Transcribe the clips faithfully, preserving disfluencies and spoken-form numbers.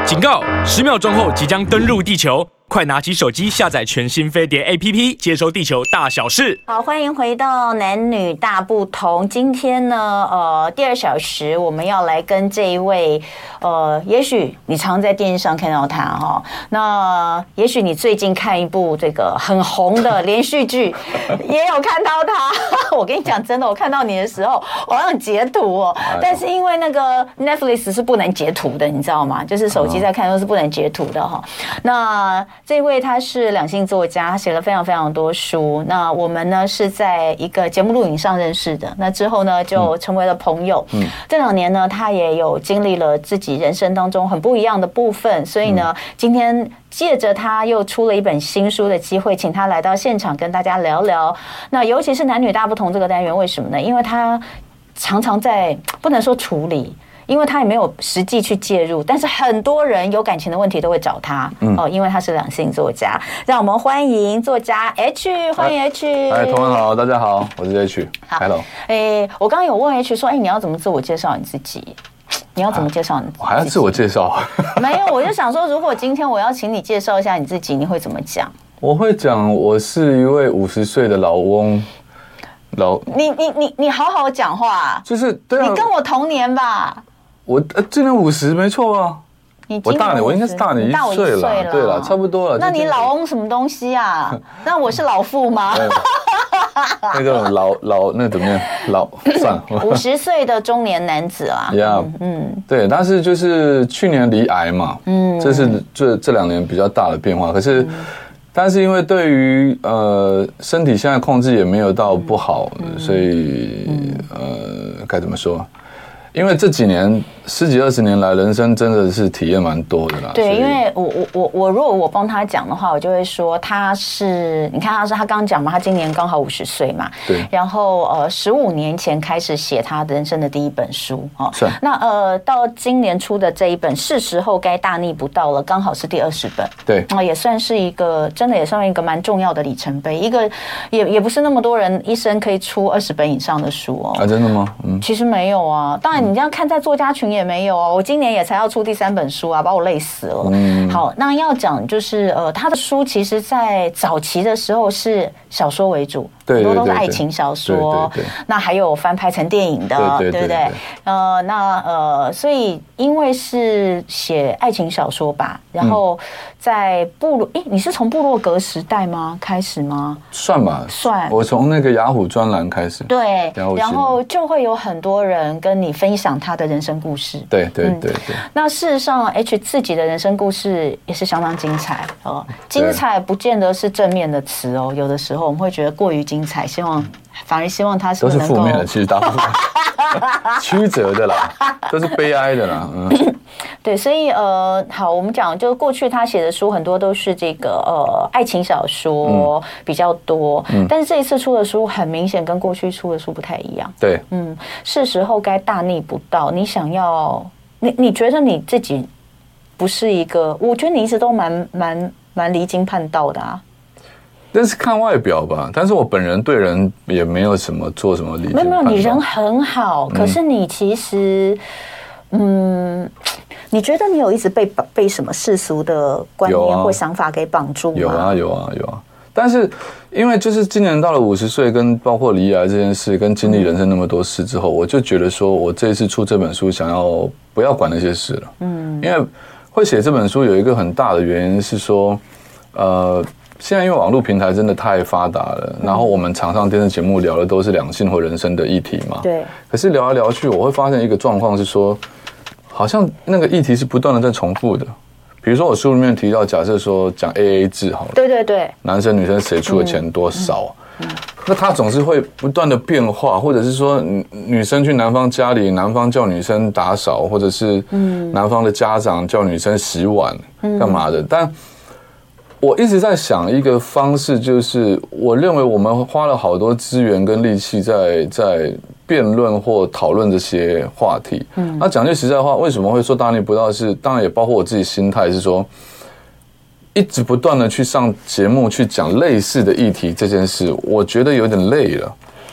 警告！十秒钟后即将登陆地球，快拿起手机下载全新飞碟 A P P， 接收地球大小事。 好，欢迎回到男女大不同。今天呢，呃，第二小时我们要来跟这一位，呃，也许你常在电视上看到他哈、哦，那也许你最近看一部这个很红的连续剧，也有看到他。我跟你讲，真的，我看到你的时候，我好想截图哦，但是因为那个 Netflix 是不能截图的，你知道吗？就是手机在看都是不能截图的哈。那这位他是两性作家，他写了非常非常多书。那我们呢是在一个节目录影上认识的，那之后呢就成为了朋友。嗯，这两年呢，他也有经历了自己人生当中很不一样的部分，所以呢，今天借着他又出了一本新书的机会，请他来到现场跟大家聊聊。那尤其是男女大不同这个单元，为什么呢？因为他常常在不能说处理。因为他也没有实际去介入，但是很多人有感情的问题都会找他、嗯、哦，因为他是两性作家。让我们欢迎作家 H， 欢迎 H。 哎，同文好，大家好，我是 H。Hello。 哎，我刚刚有问 H 说，哎，你要怎么自我介绍你自己？你要怎么介绍你自己？ 我还要自我介绍？ 没有，我就想说，如果今天我要请你介绍一下你自己，你会怎么讲？ 我会讲，我是一位五十岁的老翁。老， 你你你你好好讲话， 就是对啊， 你跟我同年吧？ 我呃，今年五十没错啊。 你我大你，我应该是大你一岁了，对了，差不多了。 那你老翁什么东西啊？那我是老妇吗？ 那个老老那怎么样？老算了， 五十岁的中年男子啊。 Yeah, 嗯，对，但是就是去年罹癌嘛，嗯，这是这这两年比较大的变化。可是，嗯、但是因为对于呃身体现在控制也没有到不好，嗯、所以、嗯、呃该怎么说？因为这几年十几二十年来，人生真的是体验蛮多的啦。 对，因为我我我我如果我帮他讲的话，我就会说他是，你看他是他刚讲嘛，他今年刚好五十岁嘛。 对。 然后呃，十五年前开始写他人生的第一本书哦。 是。 那呃，到今年出的这一本，是时候该大逆不道了，刚好是第二十本。 对。 啊、呃，也算是一个真的也算一个蛮重要的里程碑。一个也也不是那么多人一生可以出二十本以上的书哦。 啊，真的吗？嗯。 其实没有啊，当然。你这样看，在作家群也没有哦。我今年也才要出第三本书啊，把我累死了。嗯，好，那要讲就是呃，他的书其实在早期的时候是小说为主，很多都是爱情小说。对对对，那还有翻拍成电影的，对, 对, 对, 对不对？呃，那呃，所以因为是写爱情小说吧，然后在部落，哎、嗯，你是从部落格时代吗开始吗？ 算吧， 算。 我从那个雅虎专栏开始， 对，然后就会有很多人跟你分享他的人生故事。 对对对对、嗯。 那事实上 ，H 自己的人生故事也是相当精彩哦。精彩不见得是正面的词哦，有的时候我们会觉得过于精彩，希望反而希望他是都是负面的，其实大部分曲折的啦，都是悲哀的啦。嗯， 对，所以呃，好，我们讲就过去他写的书很多都是这个呃爱情小说比较多，嗯，但是这一次出的书很明显跟过去出的书不太一样。 对， 嗯，是时候该大逆不道。你想要，你你觉得你自己不是一个？我觉得你一直都蛮蛮蛮离经叛道的啊。 但是看外表吧，但是我本人对人也没有什么做什么离经叛道。没有没有， 你人很好，可是你其实，嗯，嗯你觉得你有一直被被什么世俗的观念或想法给绑住吗？ 有啊有啊有啊。但是因为就是今年到了五十岁，跟包括离癌这件事，跟经历人生那么多事之后，我就觉得说我这一次出这本书，想要不要管那些事了。嗯，因为会写这本书有一个很大的原因是说，呃。现在因为网络平台真的太发达了，然后我们常上电视节目聊的都是两性或人生的议题嘛。 对。 可是聊来聊去，我会发现一个状况是说，好像那个议题是不断的在重复的。比如说我书里面提到，假设说讲 A A 制好了， 对对对， 男生女生谁出的钱多少，嗯嗯、那他总是会不断的变化，或者是说女生去男方家里，男方叫女生打扫，或者是男方的家长叫女生洗碗，干嘛的？但我一直在想一个方式，就是我认为我们花了好多资源跟力气在在辩论或讨论这些话题。嗯，那讲句实在话，为什么会说大逆不道？是当然也包括我自己心态，是说一直不断的去上节目去讲类似的议题这件事，我觉得有点累了。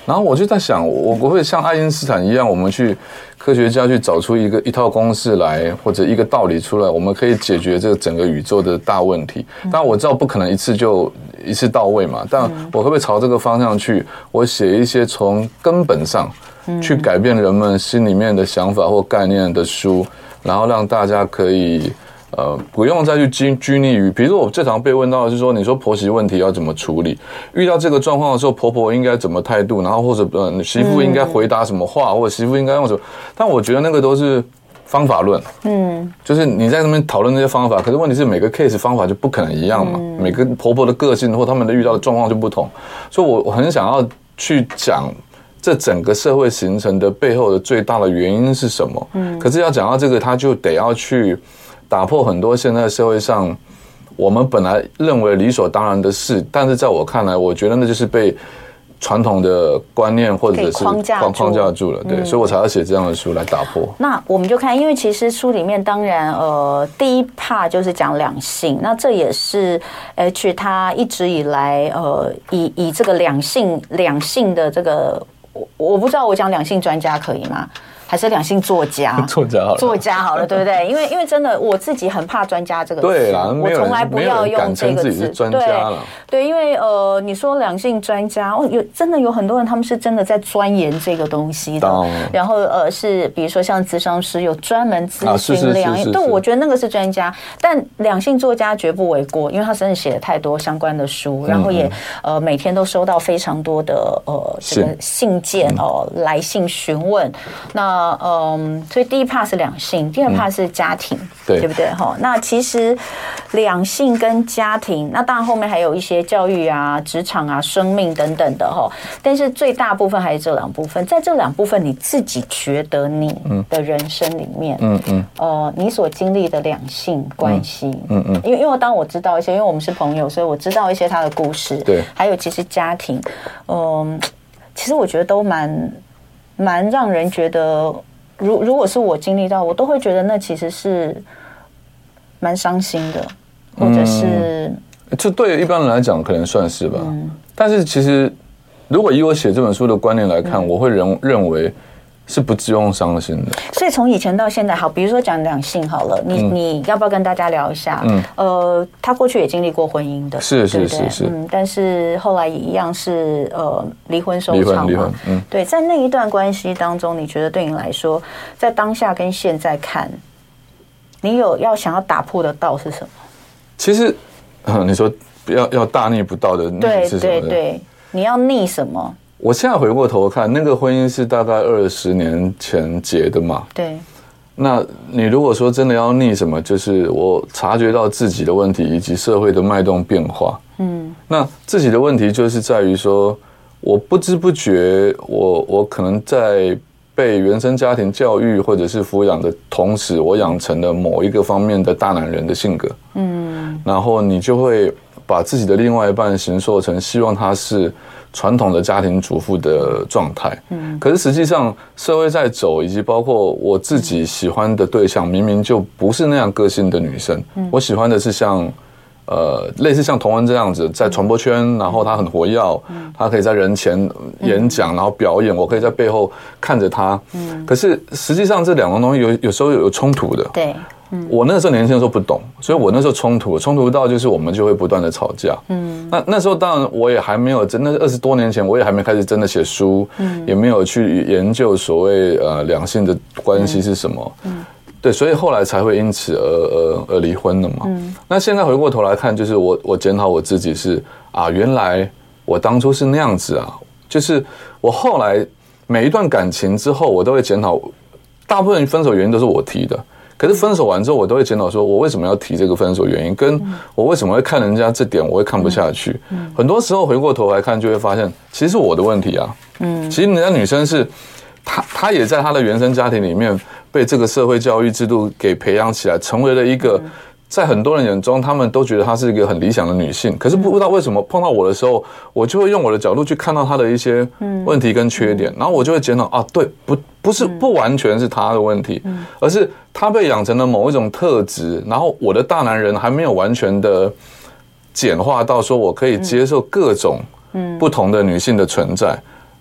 然后我就在想，我我会像爱因斯坦一样，我们去科学家去找出一个一套公式来，或者一个道理出来，我们可以解决这个整个宇宙的大问题。当然我知道不可能一次就一次到位嘛，但我会不会朝这个方向去？我写一些从根本上去改变人们心里面的想法或概念的书，然后让大家可以。呃，不用再去拘拘泥于，比如说我最常被问到的是说，你说婆媳问题要怎么处理？遇到这个状况的时候，婆婆应该怎么态度？然后或者呃，媳妇应该回答什么话，或者媳妇应该用什么？但我觉得那个都是方法论，嗯，就是你在那边讨论那些方法，可是问题是每个 case 方法就不可能一样嘛，嗯、每个婆婆的个性或他们的遇到的状况就不同，所以我我很想要去讲。这整个社会形成的背后的最大的原因是什么？嗯，可是要讲到这个，他就得要去打破很多现在社会上我们本来认为理所当然的事，但是在我看来，我觉得那就是被传统的观念或者是框架框架住了，对，嗯、所以我才要写这样的书来打破。 那我们就看，因为其实书里面当然呃，第一 part 就是讲两性，那这也是 H 他一直以来呃以以这个两性两性的这个。我不知道我讲两性专家可以吗？还是两性作家？ 作家好了， 作家好了，对不对？因为因为真的我自己很怕专家这个词， 对啦， 我从来不要用这个字。 对对，因为呃，你说两性专家，哦，有真的有很多人他们是真的在钻研这个东西的，哦、然后呃是比如说像咨商师有专门咨询两性，对，我觉得那个是专家，但两性作家绝不为过，因为他真的写了太多相关的书，然后也、嗯、呃每天都收到非常多的呃这个信件哦、呃、来信询问，那。嗯，所以第一 part 是两性，第二 part 是家庭，嗯、对, 对不对？哈，那其实两性跟家庭，那当然后面还有一些教育啊、职场啊、生命等等的哈。但是最大部分还是这两部分，在这两部分，你自己觉得你的人生里面，嗯嗯，呃，你所经历的两性关系，嗯嗯，因为因为当我知道一些，因为我们是朋友，所以我知道一些他的故事，对，还有其实家庭，嗯，其实我觉得都蛮蛮让人觉得。如如果是我经历到，我都会觉得那其实是蛮伤心的，或者是， 嗯、这对一般人来讲可能算是吧。嗯、但是其实，如果以我写这本书的观念来看，嗯、我会认认为是不至于伤心的。 所以从以前到现在，好，比如说讲两性好了，你、嗯、你要不要跟大家聊一下？嗯，呃，他过去也经历过婚姻的， 是是是是， 嗯，但是后来也一样是呃离婚收场嘛，离婚，嗯，对，在那一段关系当中，你觉得对你来说，在当下跟现在看，你有要想要打破的道是什么？ 其实，嗯、你说要要大逆不道的那是什么？ 对对对，你要逆什么？ 我现在回过头看，那个婚姻是大概二十年前结的嘛？ 对。 那你如果说真的要逆什么，就是我察觉到自己的问题以及社会的脉动变化。嗯。那自己的问题就是在于说，我不知不觉，我我可能在被原生家庭教育或者是抚养的同时，我养成了某一个方面的大男人的性格。嗯。然后你就会把自己的另外一半形塑成希望他是传统的家庭主妇的状态，嗯，可是实际上社会在走，以及包括我自己喜欢的对象，明明就不是那样个性的女生，嗯，我喜欢的是像，呃，类似像童文这样子，在传播圈，然后她很活跃，嗯，她可以在人前演讲，然后表演，我可以在背后看着她，嗯，可是实际上这两个东西有有时候有冲突的， 对。 嗯、我那时候年轻的时候不懂，所以我那时候冲突，冲突到就是我们就会不断的吵架。嗯，那那时候当然我也还没有真的二十多年前，我也还没开始真的写书，嗯，也没有去研究所谓呃两性的关系是什么。嗯，对，所以后来才会因此而而而离婚了嘛。嗯，那现在回过头来看，就是我我检讨我自己是啊，原来我当初是那样子啊，就是我后来每一段感情之后，我都会检讨，大部分分手原因都是我提的。可是分手完之后，我都会检讨说，我为什么要提这个分手原因，跟我为什么会看人家这点，我会看不下去。很多时候回过头来看，就会发现，其实是我的问题啊。嗯，其实人家女生是，她她也在她的原生家庭里面被这个社会教育制度给培养起来，成为了一个。在很多人眼中，他们都觉得她是一个很理想的女性，可是不知道为什么碰到我的时候，我就会用我的角度去看到她的一些问题跟缺点，然后我就会检讨啊，对，不不是不完全是她的问题，而是她被养成了某一种特质，然后我的大男人还没有完全的简化到说我可以接受各种不同的女性的存在。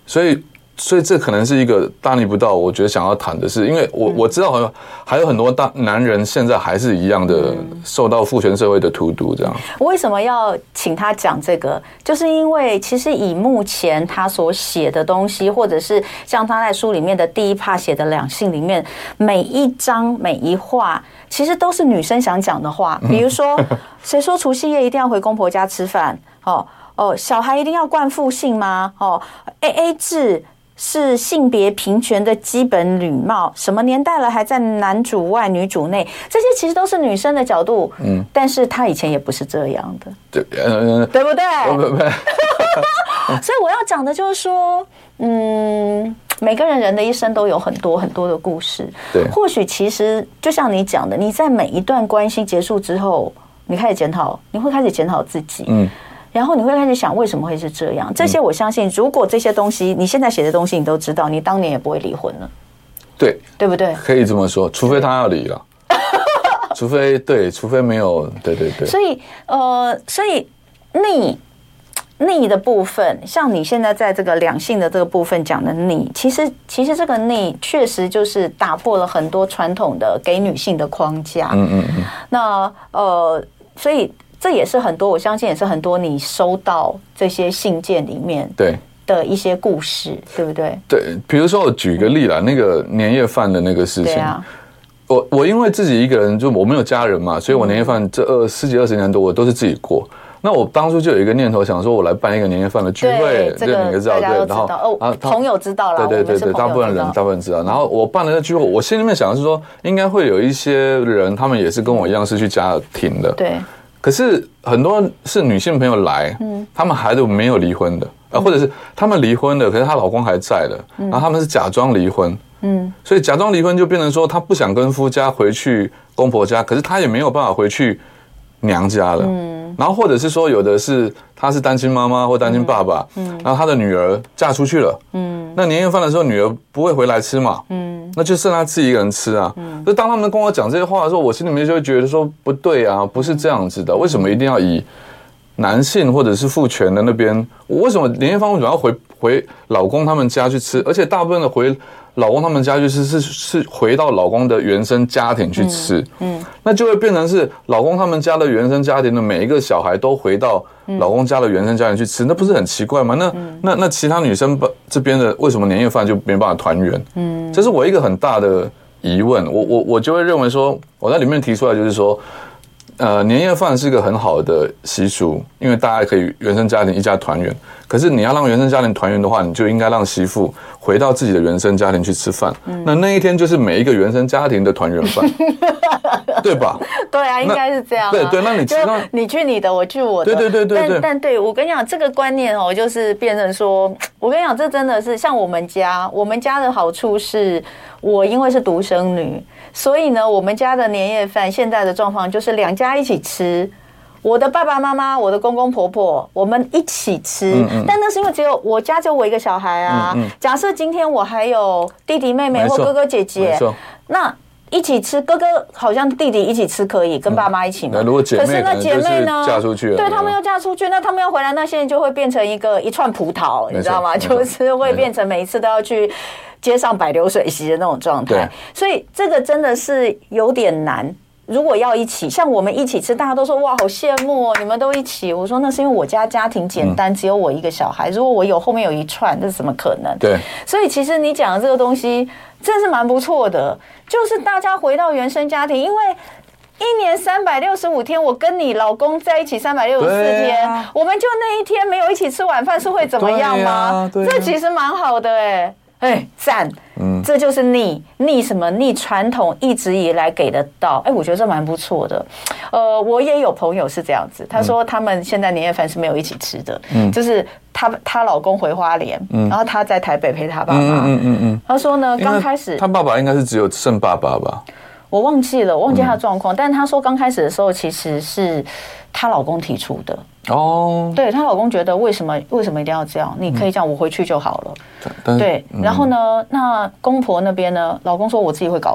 所以。所以这可能是一个大逆不道，我觉得想要谈的是，因为我我知道好像还有很多大男人现在还是一样的受到父权社会的荼毒，这样。 我为什么要请他讲这个？就是因为其实以目前他所写的东西，或者是像他在书里面的第一 part 写的两性里面，每一章每一话，其实都是女生想讲的话。比如说，谁说除夕夜一定要回公婆家吃饭？哦哦，小孩一定要冠父姓吗？哦 ，A A 制。是性别平权的基本礼貌，什么年代了还在男主外女主内，这些其实都是女生的角度，嗯，但是他以前也不是这样的， 对，呃， 对不对？ 不不不， 所以我要讲的就是说，嗯，每个人人的一生都有很多很多的故事， 对， 或许其实就像你讲的，你在每一段关系结束之后，你开始检讨，你会开始检讨自己，嗯。然后你会开始想为什么会是这样？这些我相信，如果这些东西你现在写的东西你都知道，你当年也不会离婚了。 对， 对不对？ 可以这么说，除非他要离了，除非对，除非没有，对对对。 所以呃，所以逆逆的部分，像你现在在这个两性的这个部分讲的逆，其实其实这个逆确实就是打破了很多传统的给女性的框架。嗯嗯嗯。那呃，所以。这也是很多，我相信也是很多你收到这些信件里面对的一些故事，对不对？ 对，比如说我举个例啦，那个年夜饭的那个事情，啊、我我因为自己一个人，就我没有家人嘛，所以我年夜饭这二十几二十年多，我都是自己过。那我当初就有一个念头，想说我来办一个年夜饭的聚会， 这个你知道，对，然后哦，朋友知道了， 对对对对，大部分人大部分人知道。然后我办了那聚会，我心里面想的是说，应该会有一些人，他们也是跟我一样是去家庭的， 对。 可是很多是女性朋友来，嗯，他们孩子没有离婚的，呃，或者是他们离婚的，可是她老公还在的，然后他们是假装离婚，嗯，所以假装离婚就变成说她不想跟夫家回去公婆家，可是她也没有办法回去娘家了，嗯，然后或者是说有的是她是单亲妈妈或单亲爸爸，嗯，然后她的女儿嫁出去了，嗯，那年夜饭的时候女儿不会回来吃嘛，嗯。那就剩他自己一个人吃啊。嗯，就当他们跟我讲这些话的时候，我心里面就会觉得说不对啊，不是这样子的。为什么一定要以男性或者是父权的那边？我为什么年夜饭为什么要回回老公他们家去吃？而且大部分的回老公他们家去吃是是回到老公的原生家庭去吃。嗯，嗯那就会变成是老公他们家的原生家庭的每一个小孩都回到老公家的原生家庭去吃，那不是很奇怪吗？那、嗯、那那其他女生这边的为什么年夜饭就没办法团圆？嗯，这是我一个很大的疑问。我我我就会认为说，我在里面提出来就是说，呃，年夜饭是一个很好的习俗，因为大家可以原生家庭一家团圆。可是你要让原生家庭团圆的话，你就应该让媳妇回到自己的原生家庭去吃饭。嗯、那那一天就是每一个原生家庭的团圆饭，对吧？ 对啊，应该是这样、啊。 对对，那你就你去你的，我去我的。 对对对对对。 但但对我跟你讲，这个观念哦，就是变成说，我跟你讲，这真的是像我们家，我们家的好处是，我因为是独生女，所以呢，我们家的年夜饭现在的状况就是两家一起吃。我的爸爸妈妈，我的公公婆婆，我们一起吃。嗯嗯但那是因为只有我家只有我一个小孩啊。嗯嗯假设今天我还有弟弟妹妹或哥哥姐姐，那一起吃，哥哥好像弟弟一起吃可以，跟爸妈一起嘛。 嗯、如果姐妹可是那姐妹呢？ 嫁出去了， 对他们要嫁出去，那他们要回来，那现在就会变成一个一串葡萄，你知道吗？就是会变成每一次都要去街上摆流水席的那种状态。所以这个真的是有点难。如果要一起，像我们一起吃，大家都说哇好羡慕哦，你们都一起。我说那是因为我家家庭简单，嗯、只有我一个小孩。如果我有后面有一串，这怎么可能？ 对。 所以其实你讲的这个东西真的是蛮不错的，就是大家回到原生家庭，因为一年三百六十五天，我跟你老公在一起三百六十四天，啊、我们就那一天没有一起吃晚饭，是会怎么样吗？啊啊、这其实蛮好的哎、欸。哎，赞！嗯，这就是逆逆什么逆传统一直以来给的道。哎，我觉得这蛮不错的。呃，我也有朋友是这样子，他说他们现在年夜饭是没有一起吃的，嗯，就是她她老公回花莲，嗯，然后她在台北陪她爸爸，嗯嗯嗯嗯。他说呢，刚开始他爸爸应该是只有剩爸爸吧。 我忘记了，我忘记他的状况，嗯、但是他说刚开始的时候其实是她老公提出的。哦，对，她老公觉得为什么为什么一定要这样？你可以这样，我回去就好了。嗯、对，然后呢，那公婆那边呢，老公说我自己会搞定。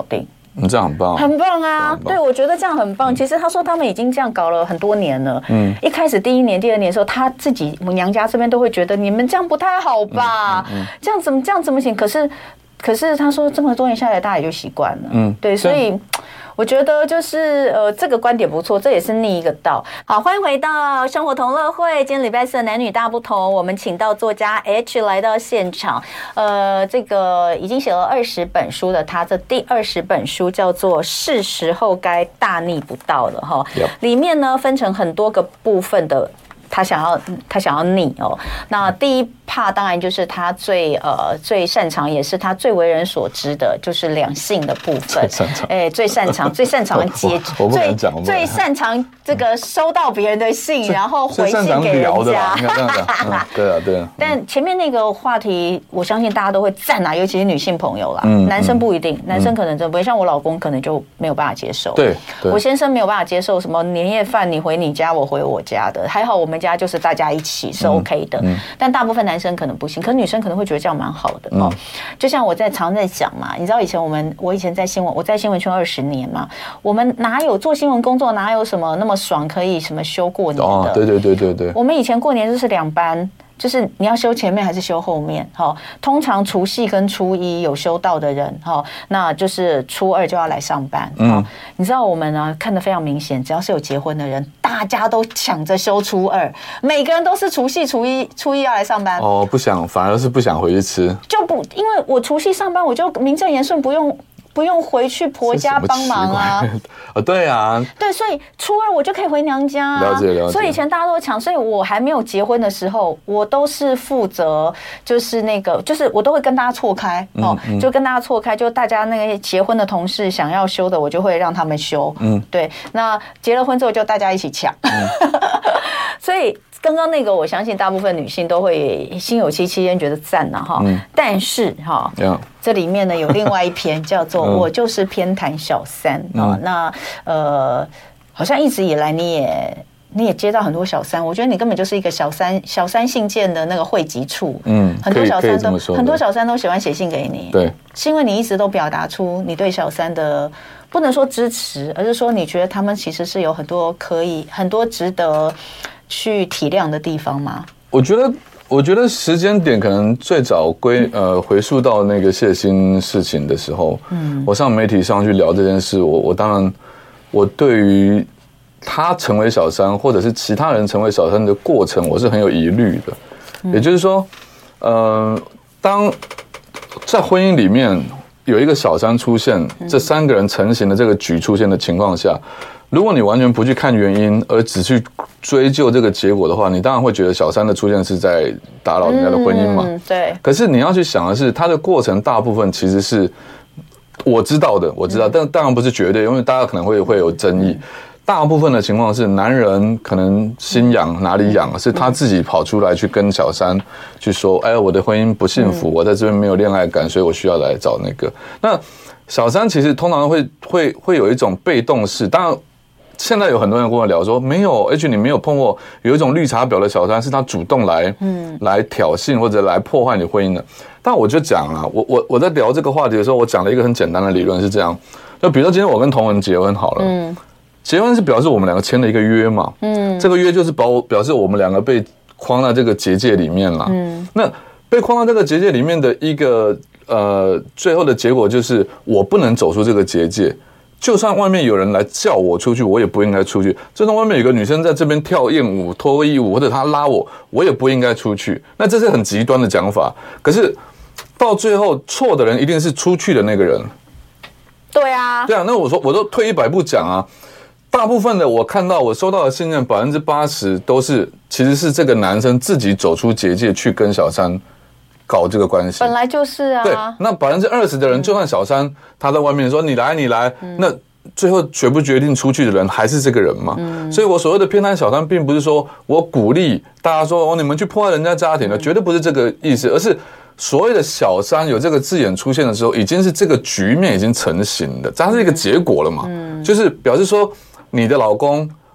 你这样很棒， 很棒啊！对，我觉得这样很棒。其实他说他们已经这样搞了很多年了。嗯，一开始第一年、第二年的时候，他自己娘家这边都会觉得你们这样不太好吧？嗯嗯嗯、这样怎么这样怎么行？可是，可是他说这么多年下来，大家也就习惯了。嗯，对，所以。我觉得就是呃，这个观点不错，这也是另一个道。好，欢迎回到生活同乐会，今天礼拜四的男女大不同，我们请到作家 H 来到现场。呃，这个已经写了二十本书的他，这第二十本书叫做《是时候该大逆不道了》哈，里面呢分成很多个部分的。他想要，他想要逆哦。那第一趴当然就是他最呃最擅长，也是他最为人所知的，就是两性的部分。哎，最擅长，最擅长接，最最擅长这个收到别人的信，然后回信给人家。 对啊，对啊。 但前面那个话题，我相信大家都会赞啊，尤其是女性朋友啦。嗯。男生不一定，男生可能真不会，像我老公可能就没有办法接受。 对。 我先生没有办法接受什么年夜饭，你回你家，我回我家的。还好我们家就是大家一起是 OK 的，嗯嗯、但大部分男生可能不行，可女生可能会觉得这样蛮好的哦。嗯、就像我在常在讲嘛，你知道以前我们我以前在新闻，我在新闻圈二十年嘛，我们哪有做新闻工作，哪有什么那么爽可以什么休过年的？ 哦，对对对对对， 我们以前过年就是两班。就是你要休前面还是休后面？哈，通常除夕跟初一有休到的人，哈，那就是初二就要来上班。嗯，你知道我们呢看得非常明显，只要是有结婚的人，大家都抢着休初二，每个人都是除夕、初一、初一要来上班。 哦，不想，反而是不想回去吃。 就不，因为我除夕上班，我就名正言顺不用。不用回去婆家帮忙啊！ 啊，对啊， 对，所以初二我就可以回娘家啊。 了解了解。 所以以前大家都抢，所以我还没有结婚的时候，我都是负责，就是那个，就是我都会跟大家错开哦，嗯嗯、就跟大家错开，就大家那个结婚的同事想要休的，我就会让他们休。嗯，对。那结了婚之后，就大家一起抢。嗯、所以。刚刚那个，我相信大部分女性都会心有戚戚焉，觉得赞呐哈。嗯、但是哈，嗯、这里面呢有另外一篇叫做《我就是偏袒小三》啊、嗯。那呃，好像一直以来你也你也接到很多小三，我觉得你根本就是一个小三小三信件的那个汇集处。嗯，很多小三都很多小三都喜欢写信给你。 对， 是因为你一直都表达出你对小三的不能说支持，而是说你觉得他们其实是有很多可以很多值得。去体谅的地方吗？ 我觉得，我觉得时间点可能最早归呃回溯到那个谢欣事情的时候，嗯，我上媒体上去聊这件事，我我当然我对于他成为小三或者是其他人成为小三的过程，我是很有疑虑的。嗯、也就是说，呃，当在婚姻里面有一个小三出现，这三个人成型的这个局出现的情况下。如果你完全不去看原因，而只去追究这个结果的话，你当然会觉得小三的出现是在打扰人家的婚姻嘛。 嗯，对。 可是你要去想的是，它的过程大部分其实是我知道的，我知道，但当然不是绝对，因为大家可能会会有争议。大部分的情况是，男人可能心痒哪里痒，是他自己跑出来去跟小三去说：“哎，我的婚姻不幸福，我在这边没有恋爱感，所以我需要来找那个。”那小三其实通常会会会有一种被动式，当然。现在有很多人跟我聊说，没有 H 你没有碰过有一种绿茶婊的小三，是他主动来嗯来挑衅或者来破坏你婚姻的。但我就讲啊，我我我在聊这个话题的时候，我讲了一个很简单的理论是这样，就比如说今天我跟同文结婚好了，嗯，结婚是表示我们两个签了一个约嘛，嗯，这个约就是表表示我们两个被框在这个结界里面了，嗯，那被框在这个结界里面的一个呃最后的结果就是我不能走出这个结界。就算外面有人来叫我出去，我也不应该出去。就算外面有个女生在这边跳艳舞、脱衣舞，或者她拉我，我也不应该出去。那这是很极端的讲法。可是到最后，错的人一定是出去的那个人。 对啊， 对啊。那我说，我都退一百步讲啊，大部分的我看到我收到的信件，百分之八十都是其实是这个男生自己走出结界去跟小三。搞这个关系本来就是啊， 对，那百分之二十的人，就算小三他在外面说你来你来，嗯、那最后决不决定出去的人还是这个人嘛。嗯、所以我所谓的偏袒小三，并不是说我鼓励大家说哦你们去破坏人家家庭了，嗯、绝对不是这个意思，而是所谓的小三有这个字眼出现的时候，已经是这个局面已经成型的，它是一个结果了嘛。嗯、就是表示说你的老公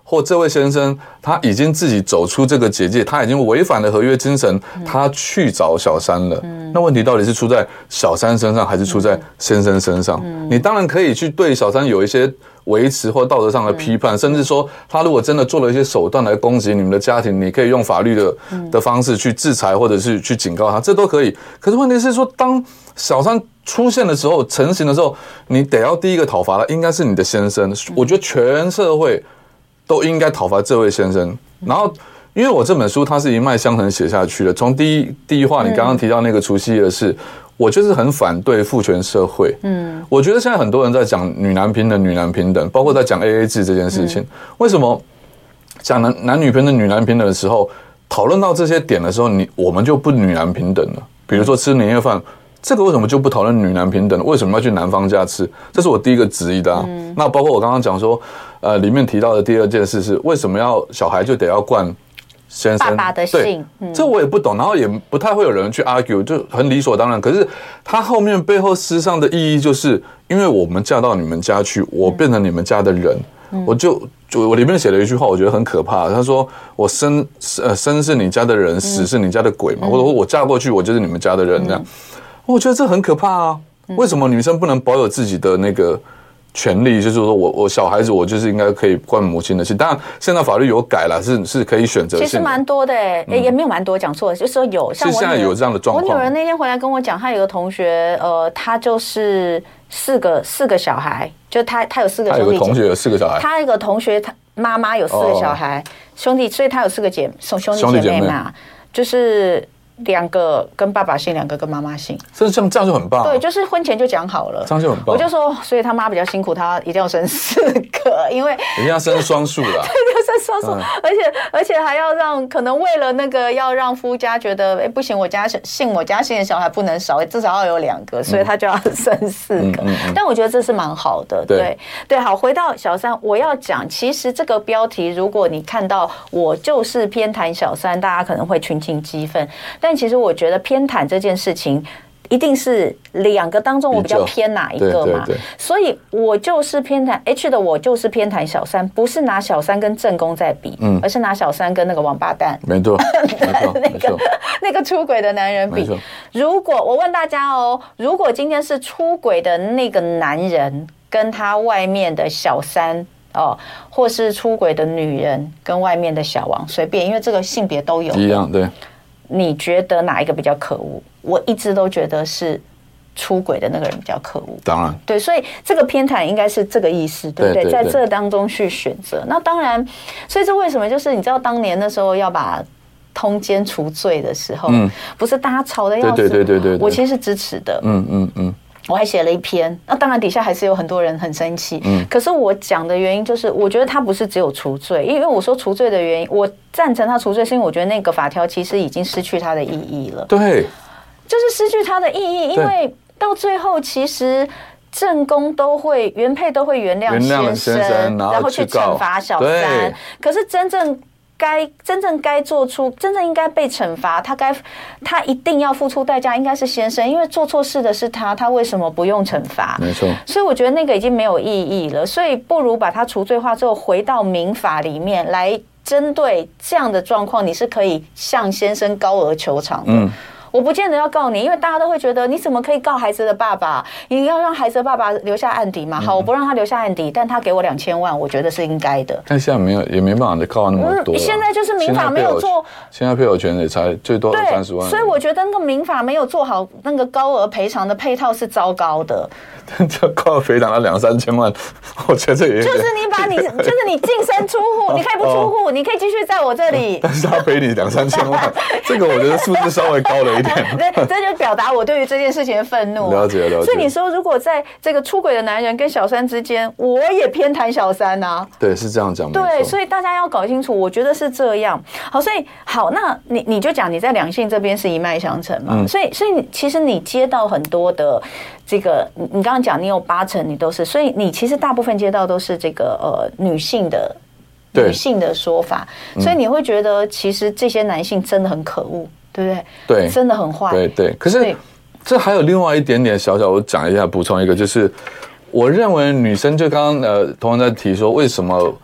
或这位先生他已经自己走出这个结界，他已经违反了合约精神，他去找小三了。嗯、那问题到底是出在小三身上，还是出在先生身上？嗯、你当然可以去对小三有一些维持或道德上的批判，嗯、甚至说他如果真的做了一些手段来攻击你们的家庭，你可以用法律的的方式去制裁，或者是去警告他，这都可以。可是问题是说，当小三出现的时候，成型的时候，你得要第一个讨伐的应该是你的先生。我觉得全社会都应该讨伐这位先生。然后，因为我这本书它是一脉相承写下去的，从第一第一话你刚刚提到那个除夕夜是，我就是很反对父权社会。嗯，我觉得现在很多人在讲女男平等、女男平等，包括在讲 A A 制这件事情，为什么讲男男女平等、女男平等的时候，讨论到这些点的时候，你我们就不女男平等了？比如说吃年夜饭。这个为什么就不讨论女男平等？为什么要去男方家吃？这是我第一个质疑的啊。嗯、那包括我刚刚讲说，呃，里面提到的第二件事是，为什么要小孩就得要冠先生爸爸的姓？ 嗯、这我也不懂，然后也不太会有人去 argue， 就很理所当然。可是他后面背后事实上的意义，就是因为我们嫁到你们家去，我变成你们家的人，嗯、我就就我里面写了一句话，我觉得很可怕。他说：“我生呃生是你家的人，死是你家的鬼嘛。嗯”或者我嫁过去，我就是你们家的人这样。嗯我觉得这很可怕啊！为什么女生不能保有自己的那个权利？就是说我我小孩子我就是应该可以冠母亲的姓。当然，现在法律有改了，是是可以选择性的。 其实蛮多的、欸，哎、嗯，也没有蛮多，讲错了，就是说有。像我现在有这样的状况。 我女儿那天回来跟我讲，她有个同学，呃，她就是四个四个小孩，就她她有四个兄弟姐妹。她有个同学有四个小孩。她有个同学，她妈妈有四个小孩，哦、兄弟，所以她有四个姐兄弟姐妹嘛，就是。两个跟爸爸姓，两个跟妈妈姓， 这样这样就很棒、啊。 对，就是婚前就讲好了， 这样就很棒。 我就说，所以他妈比较辛苦，他一定要生四个，因为一定要生双数啦， 对，要生双数，嗯、而且而且还要让，可能为了那个要让夫家觉得，哎，不行，我家姓我家姓的小孩不能少，至少要有两个，所以他就要生四个。嗯嗯嗯、但我觉得这是蛮好的，对 对, 对。好，回到小三，我要讲，其实这个标题，如果你看到我就是偏袒小三，大家可能会群情激愤。但其实我觉得偏袒这件事情，一定是两个当中我比较偏哪一个嘛？对对对，所以我就是偏袒 H 的，我就是偏袒小三，不是拿小三跟正宫在比，嗯，而是拿小三跟那个王八蛋， 没错， 那个那个出轨的男人比。如果我问大家哦，如果今天是出轨的那个男人跟他外面的小三。哦，或是出轨的女人跟外面的小王，随便，因为这个性别都有一样，对。 你觉得哪一个比较可恶？我一直都觉得是出轨的那个人比较可恶。 当然， 对，所以这个偏袒应该是这个意思，对不对？对对对，在这当中去选择。那当然，所以这为什么？就是你知道，当年那时候要把通奸除罪的时候，嗯，不是大家吵的要死， 对对对 对, 对， 我其实是支持的， 嗯嗯嗯。 我还写了一篇，那当然底下还是有很多人很生气。嗯，可是我讲的原因就是，我觉得他不是只有除罪，因为我说除罪的原因，我赞成他除罪，是因为我觉得那个法条其实已经失去它的意义了。 对， 就是失去它的意义，因为到最后其实正宫都会原配都会原谅先生，然后去惩罚小三，可是真正。该真正该做出真正应该被惩罚，他该他一定要付出代价，应该是先生，因为做错事的是他，他为什么不用惩罚？ 没错， 所以我觉得那个已经没有意义了，所以不如把它除罪化之后，回到民法里面来针对这样的状况，你是可以向先生高额求偿的。嗯，我不见得要告你，因为大家都会觉得你怎么可以告孩子的爸爸？你要让孩子的爸爸留下案底嘛？好，我不让他留下案底，但他给我两千万，我觉得是应该的。 但现在没有，也没办法告那么多、啊嗯。 现在就是民法没有做， 现在配偶权也才最多二三十万。 所以我觉得那个民法没有做好那个高额赔偿的配套是糟糕的。 这高额赔偿到两三千万，我觉得这也就是你把你就是你净身出户，你可以不出户，你可以继续在我这里， 但是他赔你两三千万，这个我觉得数字稍微高了一点。 对，这就表达我对于这件事情的愤怒。 了解了解。 所以你说，如果在这个出轨的男人跟小三之间，我也偏袒小三啊。 对，是这样讲。 对，所以大家要搞清楚，我觉得是这样。好，所以好，那你你就讲你在两性这边是一脉相承嘛。嗯、所以，所以其实你接到很多的这个，你刚刚讲你有八成你都是，所以你其实大部分接到都是这个呃女性的女性的说法，所以你会觉得其实这些男性真的很可恶。对不对？ 对， 真的很坏。 对对，可是这还有另外一点点小小，我讲一下，补充一个，就是我认为女生就刚刚呃，同样在提说，为什么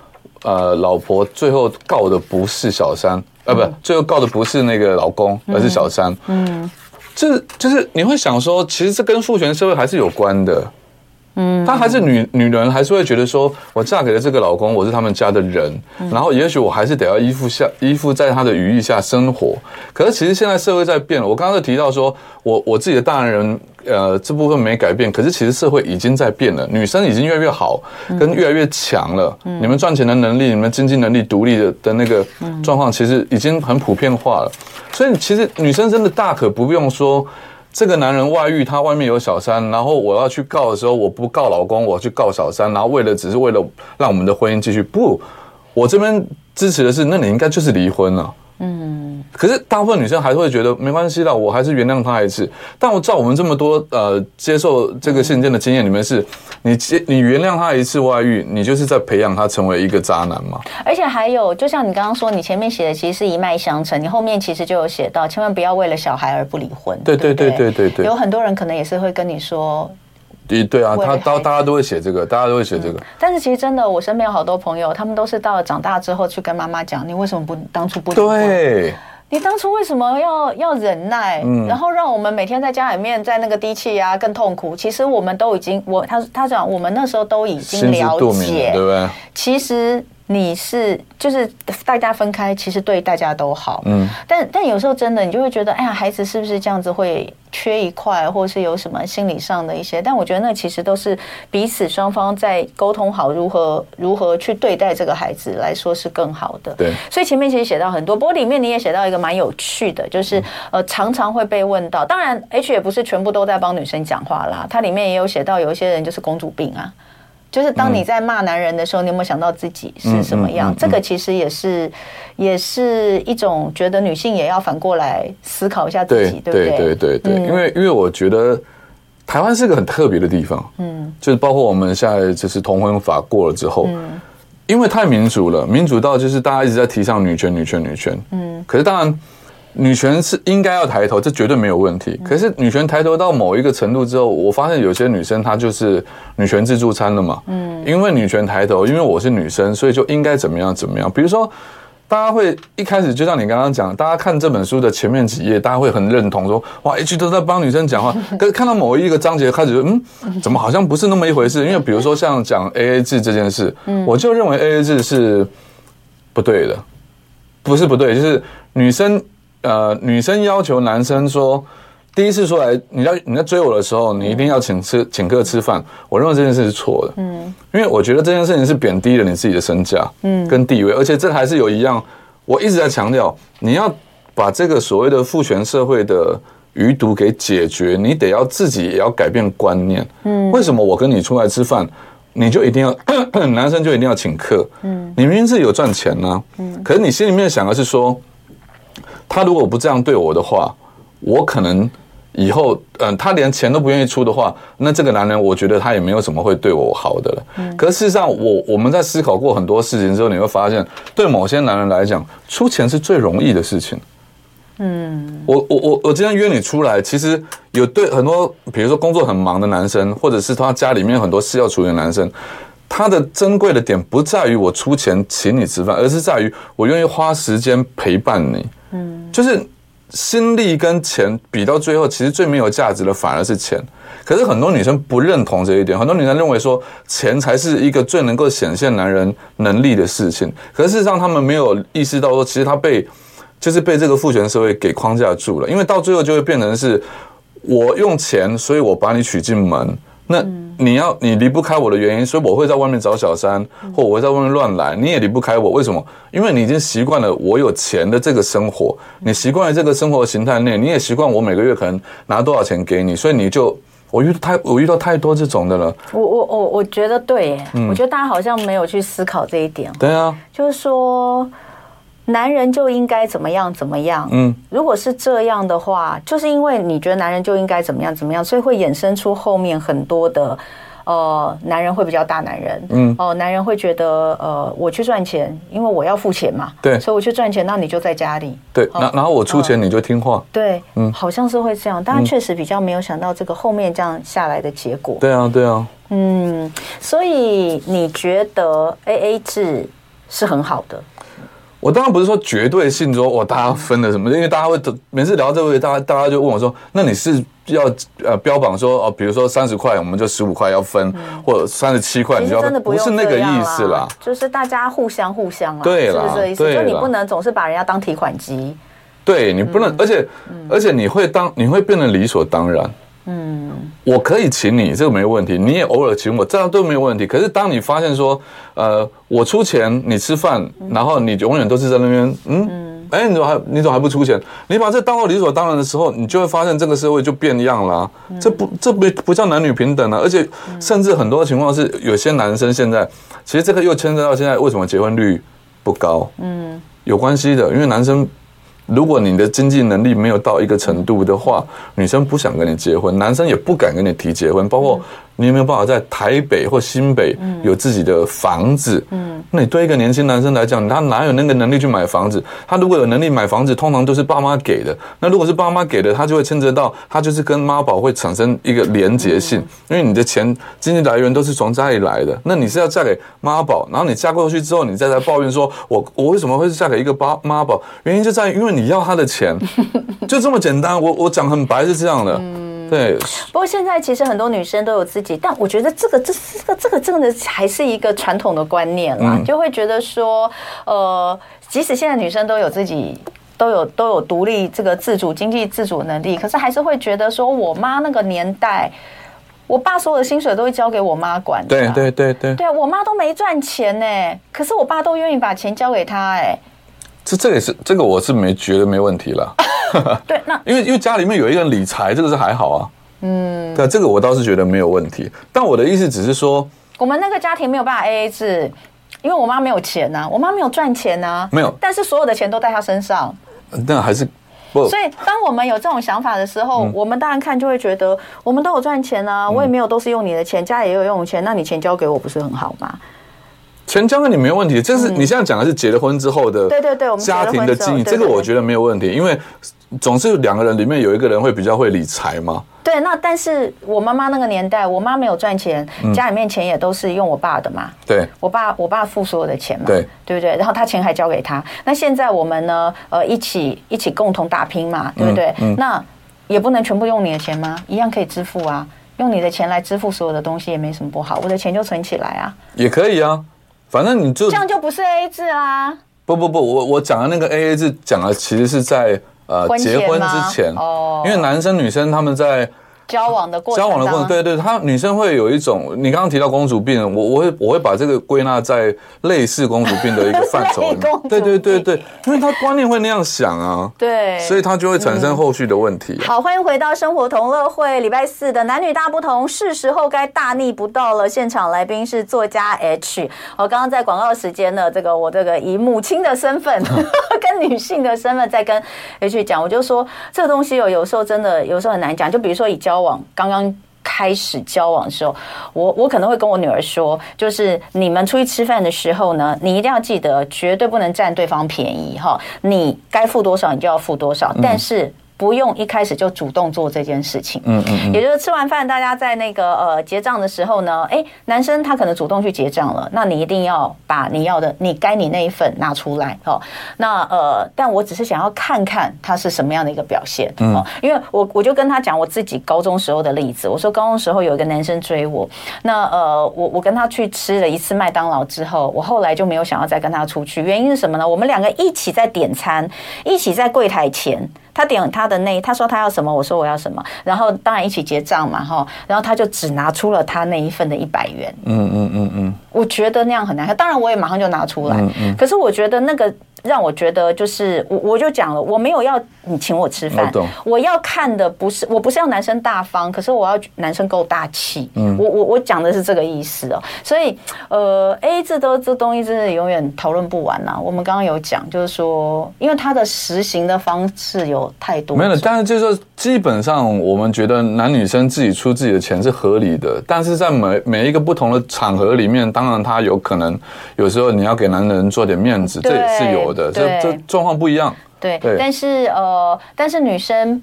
呃老婆最后告的不是小三，呃不，最后告的不是那个老公，而是小三。嗯，这就是你会想说，其实这跟父权社会还是有关的。嗯，她还是女女人，还是会觉得说，我嫁给了这个老公，我是他们家的人，嗯、然后也许我还是得要依附下依附在他的羽翼下生活。可是其实现在社会在变了，我刚刚提到说，我我自己的大男人，呃，这部分没改变，可是其实社会已经在变了，女生已经越来越好，跟越来越强了。嗯、你们赚钱的能力，你们经济能力独立的的那个状况，其实已经很普遍化了。所以其实女生真的大可不用说。这个男人外遇，他外面有小三，然后我要去告的时候，我不告老公，我去告小三，然后为了只是为了让我们的婚姻继续，不，我这边支持的是，那你应该就是离婚了。嗯，可是大部分女生还是会觉得没关系啦，我还是原谅他一次。但我照我们这么多呃接受这个信件的经验里面是，你你原谅他一次外遇，你就是在培养他成为一个渣男嘛。 而且还有，就像你刚刚说，你前面写的其实是一脉相承，你后面其实就有写到，千万不要为了小孩而不离婚。 对对对对对对， 有很多人可能也是会跟你说。 对啊，他大大家都会写这个，大家都会写这个、嗯。 但是其实真的，我身边有好多朋友，他们都是到了长大之后去跟妈妈讲，你为什么不当初不离婚？对，你当初为什么要要忍耐？嗯，然后让我们每天在家里面在那个低气压更痛苦。其实我们都已经，我他他讲，我们那时候都已经了解，对不对？其实。你是就是大家分开，其实对大家都好，嗯，但但有时候真的你就会觉得，哎呀，孩子是不是这样子会缺一块，或是有什么心理上的一些？但我觉得那其实都是彼此双方在沟通好如何如何去对待这个孩子来说是更好的。对，所以前面其实写到很多，不过里面你也写到一个蛮有趣的，就是呃常常会被问到，当然 H 也不是全部都在帮女生讲话啦，它里面也有写到有一些人就是公主病啊。就是当你在骂男人的时候，你有没有想到自己是什么样？嗯嗯嗯嗯、这个其实也是，也是一种觉得女性也要反过来思考一下自己，对不对？ 对对对对，嗯、因为因为我觉得台湾是个很特别的地方，嗯，就是包括我们现在就是同婚法过了之后，嗯，因为太民主了，民主到就是大家一直在提倡女权、女权、女权，嗯，可是当然。女权是应该要抬头，这绝对没有问题。可是女权抬头到某一个程度之后，我发现有些女生她就是女权自助餐了嘛。嗯，因为女权抬头，因为我是女生，所以就应该怎么样怎么样。比如说，大家会一开始就像你刚刚讲，大家看这本书的前面几页，大家会很认同说，哇 ，H 都在帮女生讲话。可是看到某一个章节开始，嗯，怎么好像不是那么一回事？因为比如说像讲 A A 制这件事，我就认为 A A 制是不对的，不是不对，就是女生。呃，女生要求男生说，第一次说来，你在你在追我的时候，你一定要请吃请客吃饭。我认为这件事是错的，嗯，因为我觉得这件事情是贬低了你自己的身价，嗯，跟地位，而且这还是有一样，我一直在强调，你要把这个所谓的父权社会的余毒给解决，你得要自己也要改变观念，嗯，为什么我跟你出来吃饭，你就一定要男生就一定要请客，嗯，你明明是有赚钱呢、啊，嗯，可是你心里面想的是说。他如果不这样对我的话，我可能以后，嗯，他连钱都不愿意出的话，那这个男人，我觉得他也没有什么会对我好的了。嗯，可是事实上，我我们在思考过很多事情之后，你会发现，对某些男人来讲，出钱是最容易的事情。嗯，我我我我今天约你出来，其实有对很多，比如说工作很忙的男生，或者是他家里面有很多事要处理的男生。他的珍贵的点不在于我出钱请你吃饭，而是在于我愿意花时间陪伴你。嗯，就是心力跟钱比到最后，其实最没有价值的反而是钱。可是很多女生不认同这一点，很多女生认为说钱才是一个最能够显现男人能力的事情。可是事实上，他们没有意识到说，其实他被就是被这个父权社会给框架住了。因为到最后就会变成是我用钱，所以我把你娶进门。那你要你离不开我的原因，所以我会在外面找小三，或我会在外面乱来，你也离不开我。为什么？因为你已经习惯了我有钱的这个生活，你习惯了这个生活形态内，你也习惯我每个月可能拿多少钱给你，所以你就我遇到太我遇到太多这种的了。 我我我我觉得对耶、嗯，我觉得大家好像没有去思考这一点。 对啊， 就是说。男人就应该怎么样怎么样，嗯，如果是这样的话，就是因为你觉得男人就应该怎么样怎么样，所以会衍生出后面很多的，呃，男人会比较大男人，嗯，哦、呃，男人会觉得，呃，我去赚钱，因为我要付钱嘛， 对， 所以我去赚钱，那你就在家里， 对，然、哦、然后我出钱你就听话，呃、 对，嗯，好像是会这样，但确实比较没有想到这个后面这样下来的结果， 对啊，对啊， 嗯，所以你觉得 A A 制？ 是很好的。 我当然不是说绝对性说哇大家分了什么，因为大家会每次聊到这个，大家大家就问我说，那你是要呃标榜说哦，比如说三十块我们就十五块要分，嗯、或者三十七块你就要分，不是那个意思啦， 就是大家互相互相啦， 对啦， 是不是这个意思？就你不能总是把人家当提款机， 对你不能，嗯、而且、嗯、而且你会当你会变得理所当然。嗯，我可以请你，这个没问题，你也偶尔请我，这样都没有问题。可是当你发现说，呃，我出钱，你吃饭，然后你永远都是在那边，嗯，哎、欸，你怎么还你怎么还不出钱？你把这当做理所当然的时候，你就会发现这个社会就变样了、啊。这不这不不叫男女平等啊！而且甚至很多情况是，有些男生现在，其实这个又牵扯到现在为什么结婚率不高，嗯，有关系的，因为男生。如果你的经济能力没有到一个程度的话，女生不想跟你结婚，男生也不敢跟你提结婚。包括你有没有办法在台北或新北有自己的房子？嗯，那你对一个年轻男生来讲，他哪有那个能力去买房子？他如果有能力买房子，通常都是爸妈给的。那如果是爸妈给的，他就会牵扯到，他就是跟妈宝会产生一个连结性，因为你的钱经济来源都是从家里来的。那你是要嫁给妈宝，然后你嫁过去之后，你再来抱怨说，我我为什么会是嫁给一个妈宝？原因就在于因为你。你要他的钱，就这么简单。我我讲很白是这样的，嗯，对。 不过现在其实很多女生都有自己，但我觉得这个这这个这个真的还是一个传统的观念啦，嗯、就会觉得说，呃，即使现在女生都有自己。都有都有独立这个自主经济自主能力，可是还是会觉得说，我妈那个年代，我爸所有的薪水都会交给我妈管的、啊。 对对对对。 对，我妈都没赚钱呢、欸，可是我爸都愿意把钱交给她哎、欸。 这这个也是这个我是没觉得没问题啦。 对，那因为因为家里面有一个人理财，这个是还好啊。嗯，对，这个我倒是觉得没有问题。但我的意思只是说， 我们那个家庭没有办法 A A 制，因为我妈没有钱呐、啊，我妈没有赚钱呐、啊， 没有， 但是所有的钱都在她身上。 那还是不。 所以当我们有这种想法的时候，嗯、我们当然看就会觉得，我们都有赚钱啊，我也没有都是用你的钱，家里也有用钱，那你钱交给我不是很好吗？ 钱交给你没有问题，这是你现在讲的是结了婚之后的对对对，我们家庭的经营，这个我觉得没有问题，因为总是两个人里面有一个人会比较会理财嘛。 对，那但是我妈妈那个年代，我妈没有赚钱，家里面钱也都是用我爸的嘛。 对， 我爸我爸付所有的钱嘛， 对， 对不对？然后他钱还交给他。那现在我们呢，呃，一起一起共同打拼嘛，对不对？嗯嗯、那也不能全部用你的钱吗？一样可以支付啊，用你的钱来支付所有的东西也没什么不好，我的钱就存起来啊， 也可以啊。反正你就这样就不是 A A 制啦。 不不不，我我讲的那个 A A 制讲的其实是在呃结婚之前，哦，因为男生女生他们在交往的过程， 交往的过程，对对，他女生会有一种，你刚刚提到公主病，我我会我会把这个归纳在类似公主病的一个范畴里面，对对对对，因为他观念会那样想啊， 对， 所以他就会产生后续的问题、啊嗯。 好，欢迎回到生活同乐会，礼拜四的男女大不同，是时候该大逆不道了。现场来宾是作家 H， 我刚刚在广告时间呢，这个我这个以母亲的身份跟女性的身份在跟 H 讲，我就说这个东西有有时候真的有时候很难讲，就比如说以交往。刚刚开始交往的时候，我我可能会跟我女儿说，就是你们出去吃饭的时候呢，你一定要记得，绝对不能占对方便宜哈。你该付多少，你就要付多少，但是不用一开始就主动做这件事情。嗯嗯嗯，也就是吃完饭，大家在那个呃结账的时候呢，哎，男生他可能主动去结账了，那你一定要把你要的，你该你那一份拿出来哦。那呃，但我只是想要看看他是什么样的一个表现哦，因为我我就跟他讲我自己高中时候的例子，我说高中时候有一个男生追我，那呃我我跟他去吃了一次麦当劳之后，我后来就没有想要再跟他出去，原因是什么呢？我们两个一起在点餐，一起在柜台前。他点他的那，他说他要什么，我说我要什么，然后当然一起结账嘛，哈，然后他就只拿出了他那一份的一百元，嗯嗯嗯嗯，我觉得那样很难看，当然我也马上就拿出来，嗯嗯，可是我觉得那个让我觉得就是我我就讲了，我没有要你请我吃饭，我, 我要看的不是我不是要男生大方，可是我要男生够大气，嗯，我我我讲的是这个意思哦，所以呃 A A 制都这东西真的永远讨论不完啊。我们刚刚有讲，就是说，因为它的实行的方式有。太多没有，但是就是说，基本上我们觉得男女生自己出自己的钱是合理的，但是在每每一个不同的场合里面，当然他有可能有时候你要给男人做点面子，这也是有的，这这状况不一样。 对，对但是呃，但是女生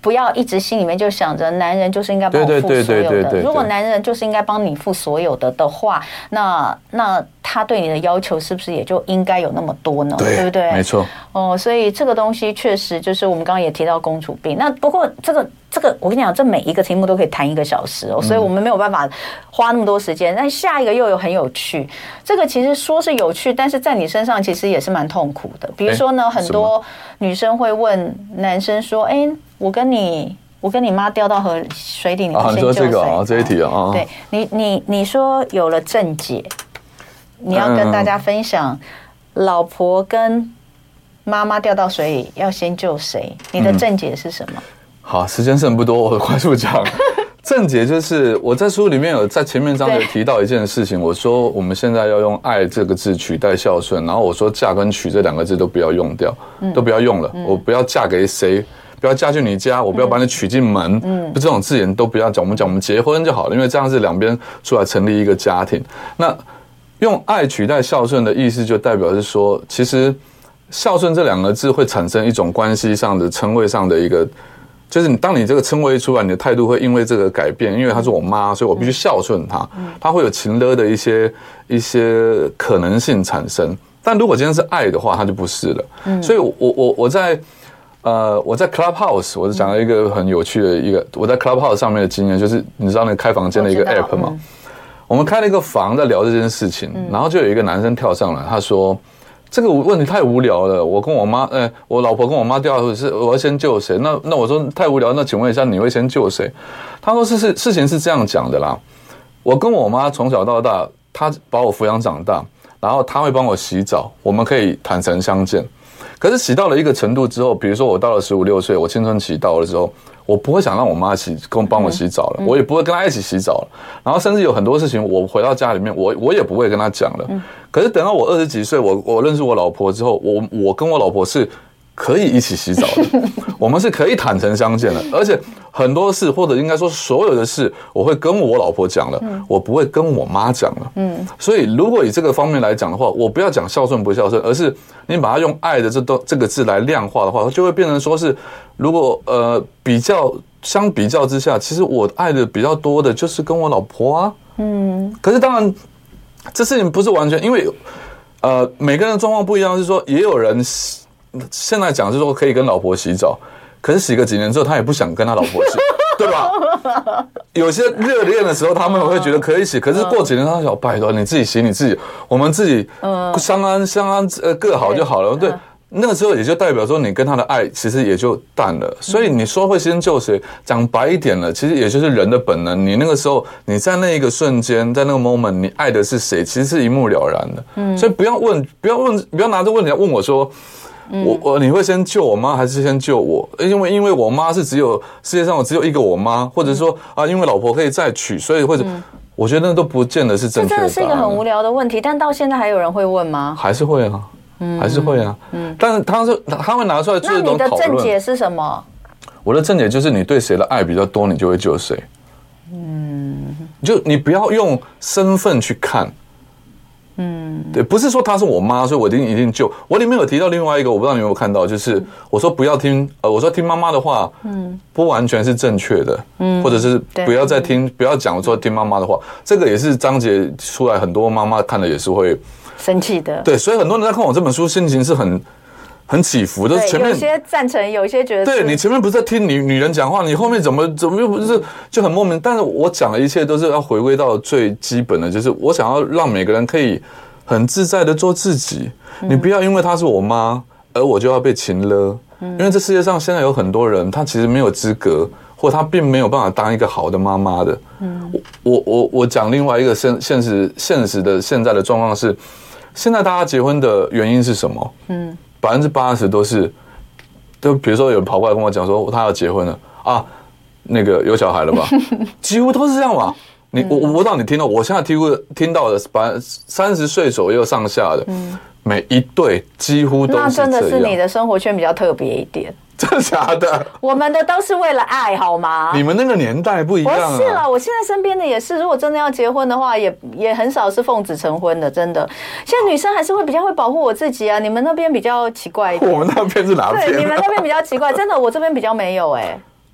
不要一直心里面就想着男人就是应该帮我付所有的。如果男人就是应该帮你付所有的的话，那那他对你的要求是不是也就应该有那么多呢？对, 对不对？ 没错。 哦，所以这个东西确实就是我们刚刚也提到公主病。那不过这个这个，我跟你讲，这每一个题目都可以谈一个小时哦，所以我们没有办法花那么多时间。但下一个又有很有趣，这个其实说是有趣，但是在你身上其实也是蛮痛苦的。比如说呢，很多女生会问男生说：“哎，我跟你。”我跟你妈掉到河水里，你先救谁？啊，你说这个啊，这一题啊， 对你，你你说有了正解，你要跟大家分享，老婆跟妈妈掉到水里，要先救谁？你的正解是什么？嗯、 好，时间剩不多，我快速讲。正解就是我在书里面有在前面章节提到一件事情，我说我们现在要用爱这个字取代孝顺，然后我说嫁跟娶这两个字都不要用掉，嗯、都不要用了，嗯、我不要嫁给谁。不要嫁进你家，我不要把你娶进门，嗯，这种字眼都不要讲，我们讲我们结婚就好了，因为这样是两边出来成立一个家庭。那用爱取代孝顺的意思，就代表是说，其实孝顺这两个字会产生一种关系上的称谓上的一个，就是你当你这个称谓出来，你的态度会因为这个改变，因为她是我妈，所以我必须孝顺她，她会有情勒的一些一些可能性产生。但如果今天是爱的话，它就不是了。所以我我我在。呃，我在 Clubhouse， 我是讲了一个很有趣的一个，我在 Clubhouse 上面的经验，就是你知道那个开房间的一个 app 吗？我, 嗯、我们开了一个房在聊这件事情，嗯、然后就有一个男生跳上来，他说这个问题太无聊了，我跟我妈，呃、欸，我老婆跟我妈掉下去，是我要先救谁？那那我说太无聊，那请问一下你会先救谁？他说是是事情是这样讲的啦，我跟我妈从小到大，她把我抚养长大，然后她会帮我洗澡，我们可以坦诚相见。可是洗到了一个程度之后，比如说我到了十五六岁，我青春期到了之后，我不会想让我妈洗跟帮我洗澡了，嗯、我也不会跟她一起洗澡了。然后甚至有很多事情，我回到家里面，我我也不会跟她讲了。嗯、可是等到我二十几岁，我我认识我老婆之后，我我跟我老婆是可以一起洗澡的，我们是可以坦诚相见的，而且很多事或者应该说所有的事，我会跟我老婆讲了，嗯、我不会跟我妈讲了。嗯，所以如果以这个方面来讲的话，我不要讲孝顺不孝顺，而是你把它用爱的这都这个字来量化的话，就会变成说是，如果呃比较相比较之下，其实我爱的比较多的就是跟我老婆啊。嗯，可是当然这事情不是完全，因为呃每个人的状况不一样，是说也有人。现在讲是说可以跟老婆洗澡，可是洗个几年之后，他也不想跟他老婆洗，对吧？有些热恋的时候，他们会觉得可以洗，可是过几年他想，拜托你自己洗你自己，我们自己相安相安呃各好就好了。对，那个时候也就代表说你跟他的爱其实也就淡了。所以你说会先救谁，讲白一点了，其实也就是人的本能。你那个时候你在那一个瞬间，在那个 moment， 你爱的是谁，其实是一目了然的。嗯，所以不要问，不要问，不要拿着问题来问我说。我我你会先救我妈还是先救我？因为因为我妈是只有世界上我只有一个我妈，或者说啊，因为老婆可以再娶，所以或者、嗯、我觉得那都不见得是正确的答案。这真的是一个很无聊的问题，但到现在还有人会问吗？ 还是会啊，嗯、还是会啊。嗯，但是他是他会拿出来做一种讨论。那你的正解是什么？ 我的正解就是你对谁的爱比较多，你就会救谁。嗯，就你不要用身份去看。嗯，对，不是说她是我妈，所以我一定一定救。我里面有提到另外一个，我不知道你有没有看到，就是我说不要听，呃，我说听妈妈的话，嗯，不完全是正确的，嗯，或者是不要再听，不要讲说听妈妈的话，这个也是章节出来，很多妈妈看了也是会生气的。对， 所以很多人在看我这本书，心情是很。很起伏的，前面有些赞成，有些觉得对你前面不是在听女女人讲话，你后面怎么怎么又不是就很莫名。但是我讲的一切都是要回归到最基本的，就是我想要让每个人可以很自在的做自己。嗯、你不要因为她是我妈，而我就要被情勒。嗯、因为这世界上现在有很多人，他其实没有资格，或他并没有办法当一个好的妈妈的。嗯，我我我讲另外一个现现实现实的现在的状况是，现在大家结婚的原因是什么？嗯。百分之八十都是，就比如说有人跑过来跟我讲说他要结婚了啊，那个有小孩了吧？几乎都是这样嘛。你我我不知道你听到，我现在听过听到的，百三十岁左右上下的，嗯、每一对几乎都是这样。 那真的是你的生活圈比较特别一点。 真的假的？ 我们的都是为了爱，好吗？ 你们那个年代不一样啊。 不是啦，我现在身边的也是，如果真的要结婚的话，也也很少是奉子成婚的，真的。现在女生还是会比较会保护我自己啊。你们那边比较奇怪一点。 我们那边是哪边、啊？ 对，你们那边比较奇怪，真的，我这边比较没有哎、欸。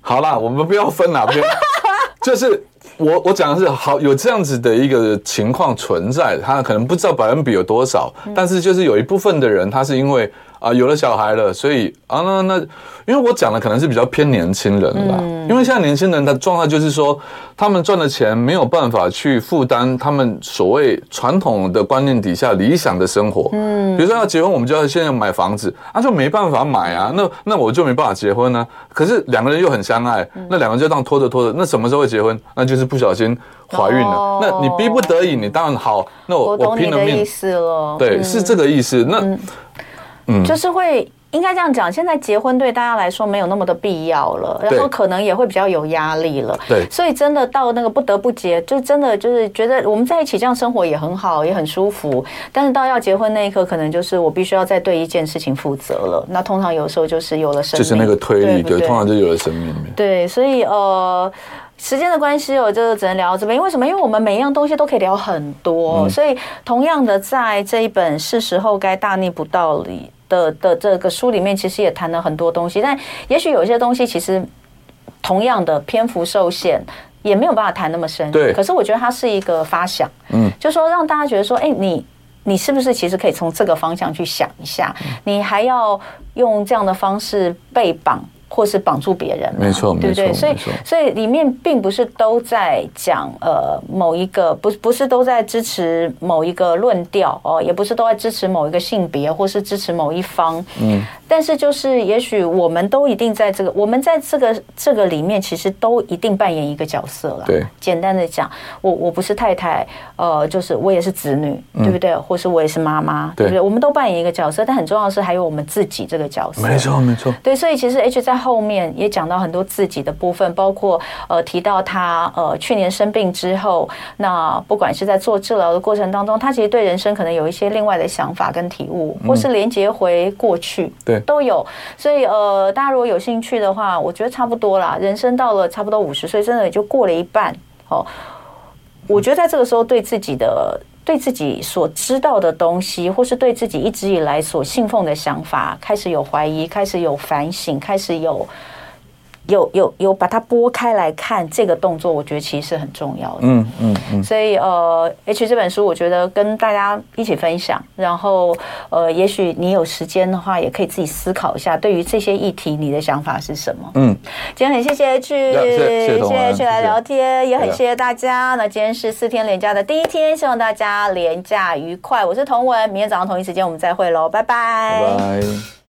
好啦，我们不要分啦，不要，就是我我讲的是好有这样子的一个情况存在，他可能不知道百分比有多少，嗯、但是就是有一部分的人，他是因为啊、呃、有了小孩了，所以啊那那，因为我讲的可能是比较偏年轻人啦，嗯、因为现在年轻人的状态就是说，他们赚的钱没有办法去负担他们所谓传统的观念底下理想的生活，嗯，比如说要结婚，我们就要现在买房子，啊就没办法买啊，那那我就没办法结婚啊，可是两个人又很相爱，那两个人就这样拖着拖着，那什么时候会结婚？那就是不小心怀孕了，哦、那你逼不得已，你当然好，那我我拼了命， 我懂你的意思了， 对，嗯、是这个意思，那。 嗯嗯，就是会应该这样讲，现在结婚对大家来说没有那么的必要了，然后可能也会比较有压力了。 对， 所以真的到那个不得不结，就真的就是觉得我们在一起这样生活也很好，也很舒服。但是到要结婚那一刻，可能就是我必须要再对一件事情负责了。那通常有时候就是有了生命， 就是那个推力，对，通常就有了生命。 对，所以呃。时间的关系，我就只能聊到这边。因为什么？因为我们每一样东西都可以聊很多，嗯、所以同样的，在这一本是时候该大逆不道里的的这个书里面，其实也谈了很多东西。但也许有些东西，其实同样的篇幅受限，也没有办法谈那么深。 对。 可是我觉得它是一个发想，嗯，就说让大家觉得说，哎，你你是不是其实可以从这个方向去想一下？嗯、你还要用这样的方式被绑。或是绑住别人， 没错， 对不对？所以，所以里面并不是都在讲呃某一个，不不是都在支持某一个论调哦，也不是都在支持某一个性别，或是支持某一方。嗯，但是就是也许我们都一定在这个，我们在这个这个里面，其实都一定扮演一个角色了。 对， 简单的讲，我我不是太太，呃，就是我也是子女，嗯、对不对？或是我也是妈妈，对不对？我们都扮演一个角色，但很重要的是还有我们自己这个角色。 没错，没错。 对，所以其实 H 在后面也讲到很多自己的部分，包括呃提到他呃去年生病之后，那不管是在做治疗的过程当中，他其实对人生可能有一些另外的想法跟体悟，或是连接回过去， 对、嗯， 都有。所以呃，大家如果有兴趣的话，我觉得差不多啦，人生到了差不多五十岁，真的也就过了一半哦。我觉得在这个时候，对自己的。对自己所知道的东西，或是对自己一直以来所信奉的想法，开始有怀疑，开始有反省，开始有有有有把它拨开来看，这个动作，我觉得其实是很重要的。嗯嗯嗯。所以呃 ，H 这本书，我觉得跟大家一起分享，然后呃，也许你有时间的话，也可以自己思考一下，对于这些议题，你的想法是什么？嗯。今天很谢谢 H， 谢谢谢谢 H 来聊天，也很谢谢大家。那今天是四天连假的第一天，希望大家连假愉快。我是童文，明天早上同一时间我们再会喽，拜拜。 拜拜。